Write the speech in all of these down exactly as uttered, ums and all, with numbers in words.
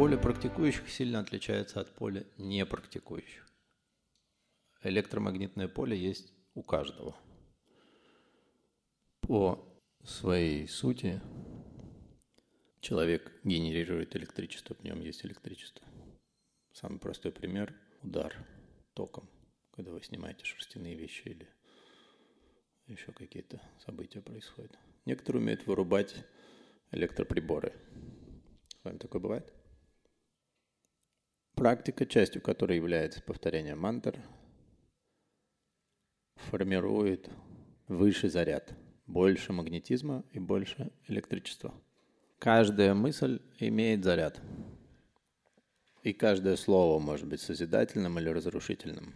Поле практикующих сильно отличается от поля непрактикующих. Электромагнитное поле есть у каждого. По своей сути человек генерирует электричество, в нем есть электричество. Самый простой пример – удар током, когда вы снимаете шерстяные вещи или еще какие-то события происходят. Некоторые умеют вырубать электроприборы. С вами такое бывает? Практика, частью которой является повторение мантр, формирует выше заряд, больше магнетизма и больше электричества. Каждая мысль имеет заряд. И каждое слово может быть созидательным или разрушительным.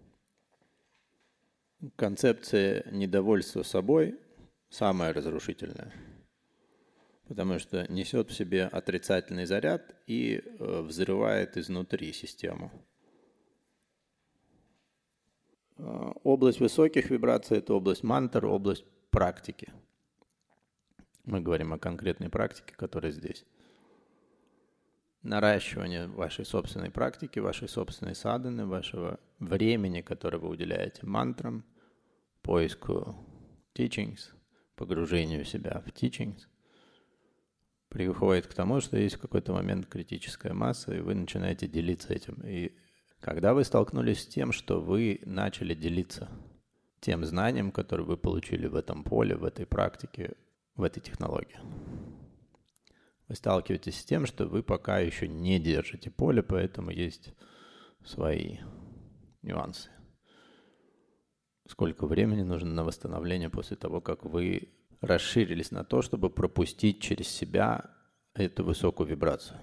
Концепция недовольства собой самая разрушительная, потому что несет в себе отрицательный заряд и э, взрывает изнутри систему. Э, область высоких вибраций – это область мантр, область практики. Мы говорим о конкретной практике, которая здесь. Наращивание вашей собственной практики, вашей собственной садханы, вашего времени, которое вы уделяете мантрам, поиску teachings, погружению себя в teachings, приходит к тому, что есть в какой-то момент критическая масса, и вы начинаете делиться этим. И когда вы столкнулись с тем, что вы начали делиться тем знанием, которое вы получили в этом поле, в этой практике, в этой технологии, вы сталкиваетесь с тем, что вы пока еще не держите поле, поэтому есть свои нюансы. Сколько времени нужно на восстановление после того, как вы расширились на то, чтобы пропустить через себя эту высокую вибрацию.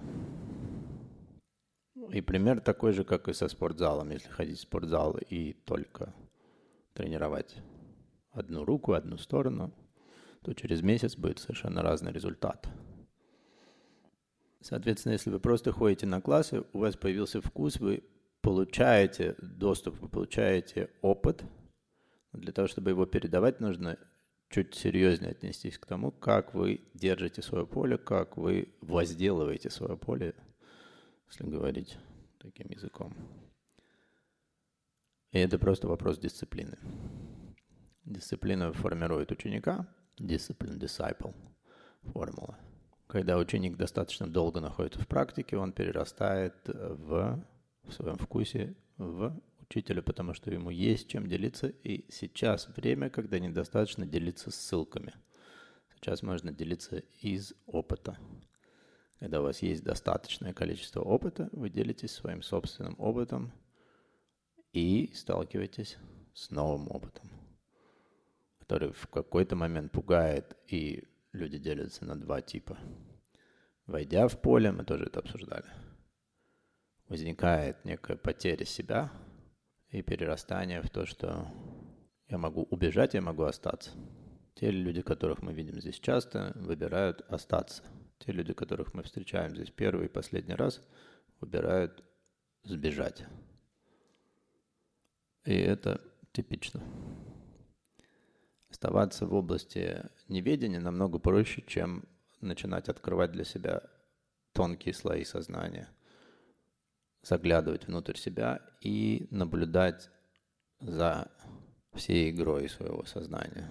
И пример такой же, как и со спортзалом. Если ходить в спортзал и только тренировать одну руку, одну сторону, то через месяц будет совершенно разный результат. Соответственно, если вы просто ходите на классы, у вас появился вкус, вы получаете доступ, вы получаете опыт. Для того, чтобы его передавать, нужно чуть серьезнее отнестись к тому, как вы держите свое поле, как вы возделываете свое поле, если говорить таким языком. И это просто вопрос дисциплины. Дисциплина формирует ученика, discipline, disciple, формула. Когда ученик достаточно долго находится в практике, он перерастает в, в своем вкусе в учителя, потому что ему есть чем делиться, и сейчас время, когда недостаточно делиться ссылками. Сейчас можно делиться из опыта. Когда у вас есть достаточное количество опыта, вы делитесь своим собственным опытом и сталкиваетесь с новым опытом, который в какой-то момент пугает, и люди делятся на два типа. Войдя в поле, мы тоже это обсуждали, возникает некая потеря себя и перерастание в то, что я могу убежать, я могу остаться. Те люди, которых мы видим здесь часто, выбирают остаться. Те люди, которых мы встречаем здесь первый и последний раз, выбирают сбежать. И это типично. Оставаться в области неведения намного проще, чем начинать открывать для себя тонкие слои сознания, заглядывать внутрь себя и наблюдать за всей игрой своего сознания,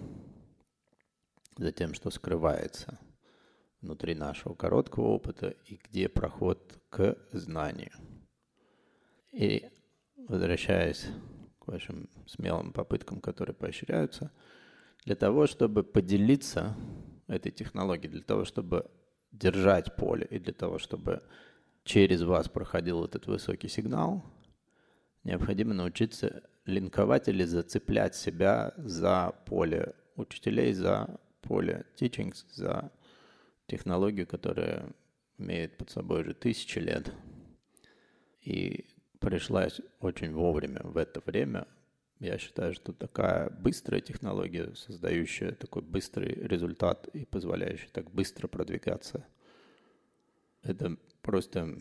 за тем, что скрывается внутри нашего короткого опыта и где проход к знанию. И возвращаясь к вашим смелым попыткам, которые поощряются, для того, чтобы поделиться этой технологией, для того, чтобы держать поле и для того, чтобы через вас проходил этот высокий сигнал, необходимо научиться линковать или зацеплять себя за поле учителей, за поле teachings, за технологию, которая имеет под собой уже тысячи лет и пришлась очень вовремя в это время. Я считаю, что такая быстрая технология, создающая такой быстрый результат и позволяющая так быстро продвигаться, это просто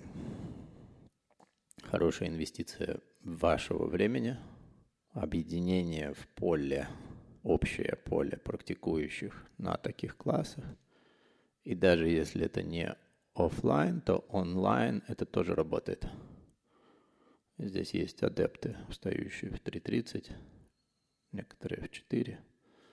хорошая инвестиция вашего времени, объединение в поле, общее поле практикующих на таких классах. И даже если это не офлайн, то онлайн это тоже работает. Здесь есть адепты, встающие в три тридцать, некоторые в четыре.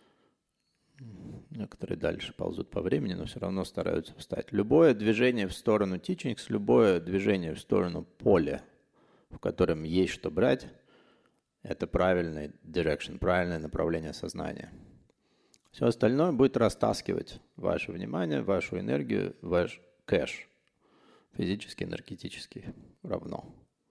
Некоторые дальше ползут по времени, но все равно стараются встать. Любое движение в сторону teachings, любое движение в сторону поля, в котором есть что брать, это правильный direction, правильное направление сознания. Все остальное будет растаскивать ваше внимание, вашу энергию, ваш кэш. Физически, энергетически равно.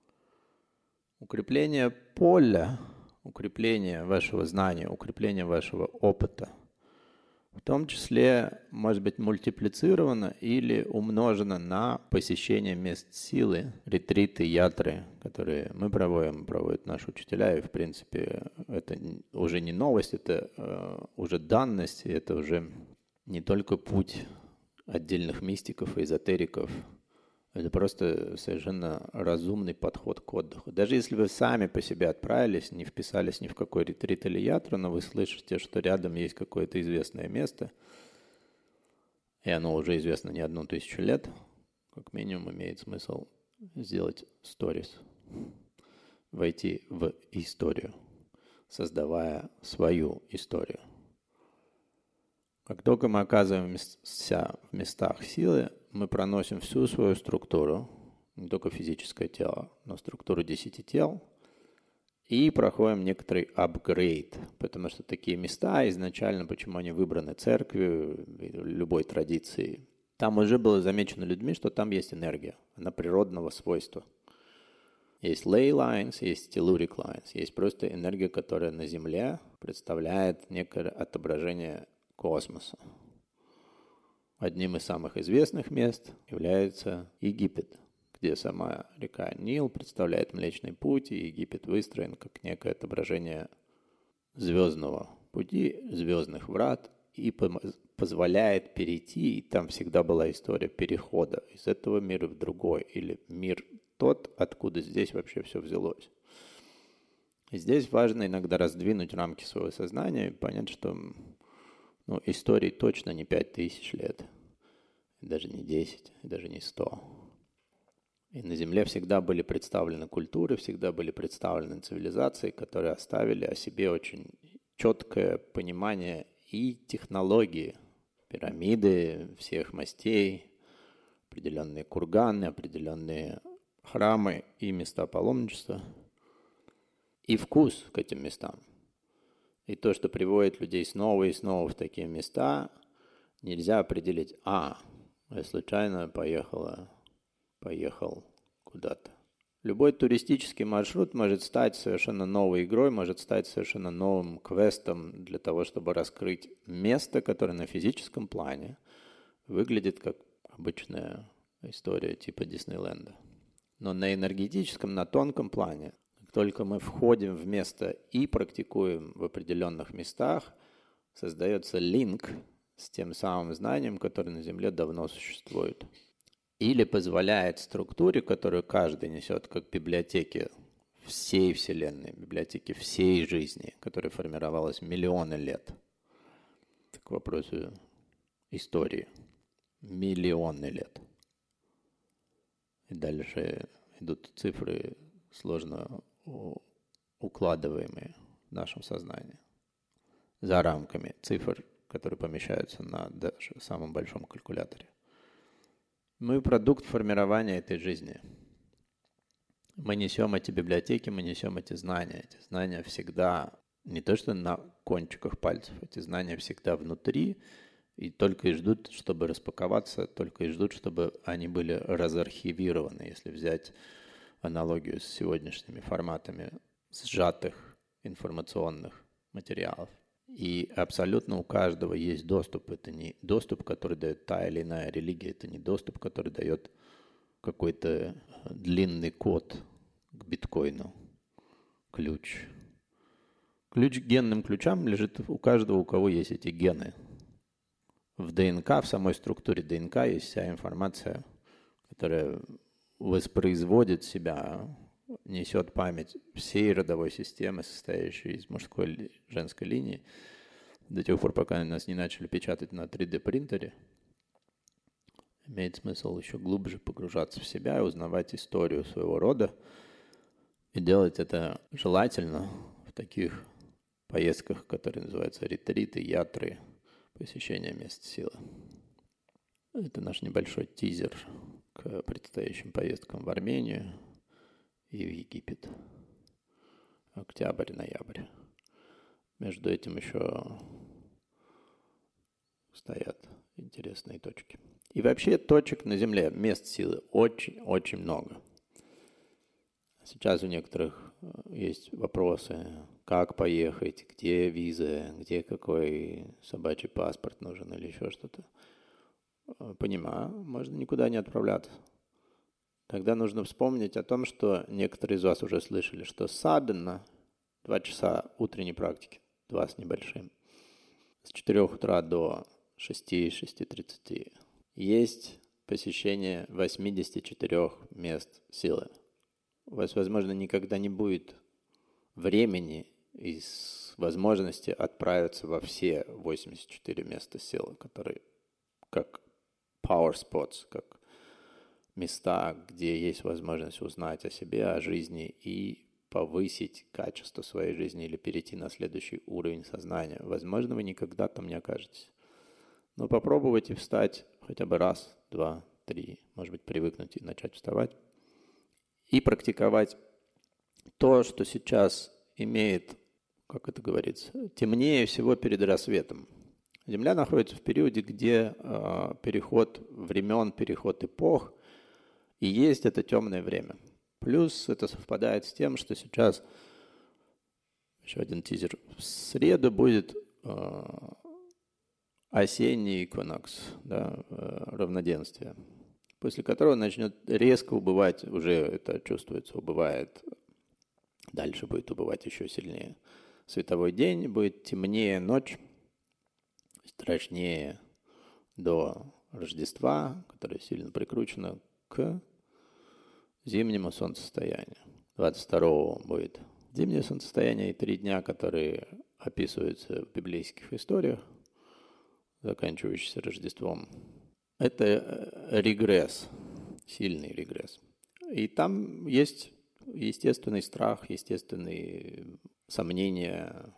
Укрепление поля, укрепление вашего знания, укрепление вашего опыта, в том числе может быть мультиплицировано или умножено на посещение мест силы, ретриты, ятры, которые мы проводим, проводят наши учителя. И, в принципе, это уже не новость, это э, уже данность, и это уже не только путь отдельных мистиков и эзотериков. Это просто совершенно разумный подход к отдыху. Даже если вы сами по себе отправились, не вписались ни в какой ретрит или ятру, но вы слышите, что рядом есть какое-то известное место, и оно уже известно не одну тысячу лет, как минимум имеет смысл сделать сторис, войти в историю, создавая свою историю. Как только мы оказываемся в местах силы, мы проносим всю свою структуру, не только физическое тело, но структуру десяти тел, и проходим некоторый апгрейд, потому что такие места изначально, почему они выбраны церковью, любой традицией, там уже было замечено людьми, что там есть энергия, она природного свойства. Есть ley lines, есть telluric lines, есть просто энергия, которая на Земле представляет некое отображение космоса. Одним из самых известных мест является Египет, где сама река Нил представляет Млечный Путь, и Египет выстроен как некое отображение звездного пути, звездных врат, и позволяет перейти, и там всегда была история перехода из этого мира в другой, или мир тот, откуда здесь вообще все взялось. И здесь важно иногда раздвинуть рамки своего сознания и понять, что ну, истории точно не пять тысяч лет, даже не десять, даже не сто. И на Земле всегда были представлены культуры, всегда были представлены цивилизации, которые оставили о себе очень четкое понимание и технологии, пирамиды всех мастей, определенные курганы, определенные храмы и места паломничества, и вкус к этим местам. И то, что приводит людей снова и снова в такие места, нельзя определить, а, я случайно поехала, поехал куда-то. Любой туристический маршрут может стать совершенно новой игрой, может стать совершенно новым квестом для того, чтобы раскрыть место, которое на физическом плане выглядит как обычная история типа Диснейленда. Но на энергетическом, на тонком плане, как только мы входим в место и практикуем в определенных местах, создается линк с тем самым знанием, которое на Земле давно существует. Или позволяет структуре, которую каждый несет, как библиотеки всей Вселенной, библиотеки всей жизни, которая формировалась миллионы лет. Так к вопросу истории. Миллионы лет. И дальше идут цифры, сложно укладываемые в нашем сознании. За рамками цифр, которые помещаются на даже самом большом калькуляторе. Мы продукт формирования этой жизни. Мы несем эти библиотеки, мы несем эти знания. Эти знания всегда не то что на кончиках пальцев, эти знания всегда внутри, и только и ждут, чтобы распаковаться, только и ждут, чтобы они были разархивированы. Если взять аналогию с сегодняшними форматами сжатых информационных материалов. И абсолютно у каждого есть доступ. Это не доступ, который дает та или иная религия. Это не доступ, который дает какой-то длинный код к биткоину. Ключ. Ключ к генным ключам лежит у каждого, у кого есть эти гены. В ДНК, в самой структуре ДНК есть вся информация, которая воспроизводит себя, несет память всей родовой системы, состоящей из мужской и женской линии, до тех пор, пока нас не начали печатать на три дэ принтере. имеет смысл еще глубже погружаться в себя и узнавать историю своего рода. И делать это желательно в таких поездках, которые называются ретриты, ятры, посещение мест силы. Это наш небольшой тизер к предстоящим поездкам в Армению и в Египет. Октябрь-ноябрь. Между этим еще стоят интересные точки. И вообще точек на Земле, мест силы очень-очень много. Сейчас у некоторых есть вопросы, как поехать, где виза, где какой собачий паспорт нужен или еще что-то. Понимаю, можно никуда не отправляться. Тогда нужно вспомнить о том, что некоторые из вас уже слышали, что садхана, два часа утренней практики, два с небольшим, с четырёх утра до шести-шести тридцати, есть посещение восемьдесят четыре мест силы. У вас, возможно, никогда не будет времени и возможности отправиться во все восемьдесят четыре места силы, которые как power spots, как места, где есть возможность узнать о себе, о жизни и повысить качество своей жизни или перейти на следующий уровень сознания. Возможно, вы никогда там не окажетесь. Но попробуйте встать хотя бы раз, два, три, может быть, привыкнуть и начать вставать. И практиковать то, что сейчас имеет, как это говорится, темнее всего перед рассветом. Земля находится в периоде, где э, переход времен, переход эпох, и есть это темное время. Плюс это совпадает с тем, что сейчас, еще один тизер, в среду будет э, осенний эквинокс, да, э, равноденствие, после которого начнет резко убывать, уже это чувствуется, убывает, дальше будет убывать еще сильнее световой день, будет темнее ночь, страшнее до Рождества, которое сильно прикручено к зимнему солнцестоянию. двадцать второго будет зимнее солнцестояние и три дня, которые описываются в библейских историях, заканчивающиеся Рождеством. Это регресс, сильный регресс. И там есть естественный страх, естественные сомнения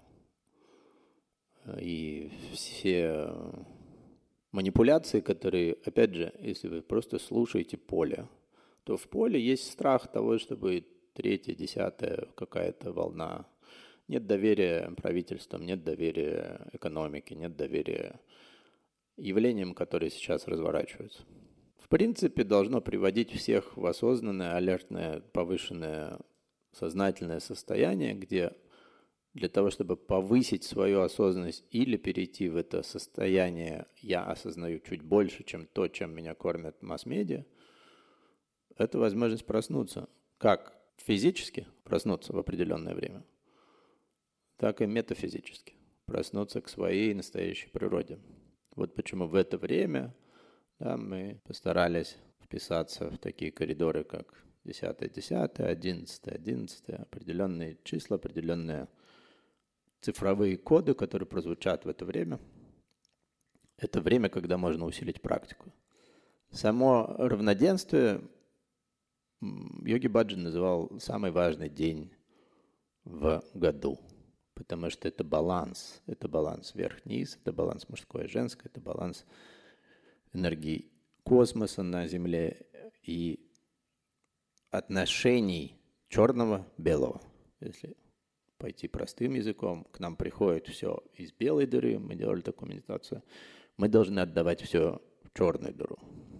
и все манипуляции, которые, опять же, если вы просто слушаете поле, то в поле есть страх того, что будет третья, десятая какая-то волна. Нет доверия правительствам, нет доверия экономике, нет доверия явлениям, которые сейчас разворачиваются. В принципе, должно приводить всех в осознанное, алертное, повышенное сознательное состояние, где для того, чтобы повысить свою осознанность или перейти в это состояние «я осознаю чуть больше, чем то, чем меня кормят масс-медиа», это возможность проснуться. Как физически проснуться в определенное время, так и метафизически проснуться к своей настоящей природе. Вот почему в это время да, мы постарались вписаться в такие коридоры, как десятое, десятое, одиннадцатое, одиннадцатое, определенные числа, определенные цифровые коды, которые прозвучат в это время. Это время, когда можно усилить практику. Само равноденствие Йоги Баджан называл самый важный день в году, потому что это баланс. Это баланс вверх-вниз, это баланс мужское и женское, это баланс энергии космоса на Земле и отношений черного-белого. Если пойти простым языком, к нам приходит все из белой дыры, мы делали такую медитацию, мы должны отдавать все в черную дыру.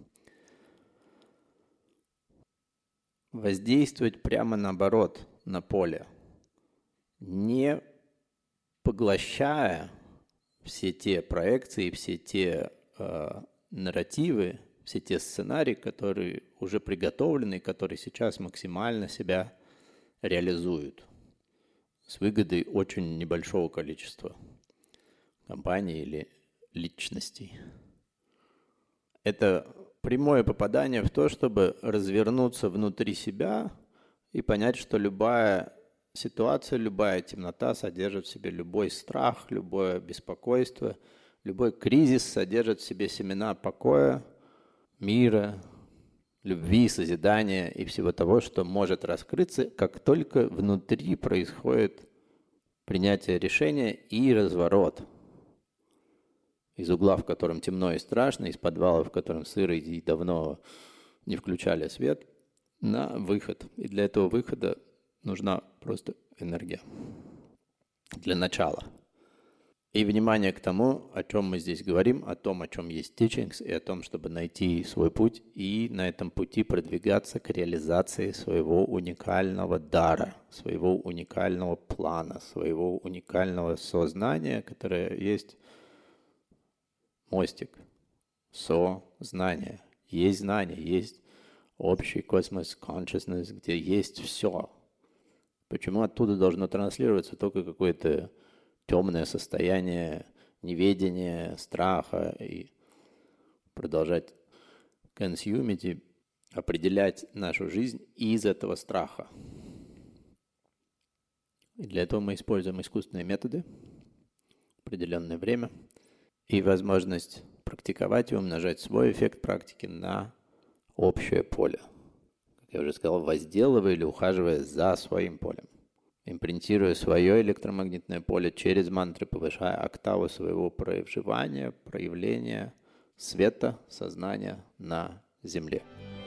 Воздействовать прямо наоборот на поле, не поглощая все те проекции, все те э, нарративы, все те сценарии, которые уже приготовлены, которые сейчас максимально себя реализуют с выгодой очень небольшого количества компаний или личностей. Это прямое попадание в то, чтобы развернуться внутри себя и понять, что любая ситуация, любая темнота содержит в себе любой страх, любое беспокойство, любой кризис содержит в себе семена покоя, мира, любви, созидания и всего того, что может раскрыться, как только внутри происходит принятие решения и разворот. Из угла, в котором темно и страшно, из подвала, в котором сыро и давно не включали свет, на выход. И для этого выхода нужна просто энергия. Для начала. И внимание к тому, о чем мы здесь говорим, о том, о чем есть teachings, и о том, чтобы найти свой путь и на этом пути продвигаться к реализации своего уникального дара, своего уникального плана, своего уникального сознания, которое есть мостик, сознание. Есть знание, есть общий космос, consciousness, где есть все. Почему оттуда должно транслироваться только какое-то темное состояние неведения, страха и продолжать консюмить и определять нашу жизнь из этого страха. И для этого мы используем искусственные методы, определенное время и возможность практиковать и умножать свой эффект практики на общее поле. Как я уже сказал, возделывая или ухаживая за своим полем. Импринтируя свое электромагнитное поле через мантры, повышая октаву своего проживания, проявления света, сознания на Земле.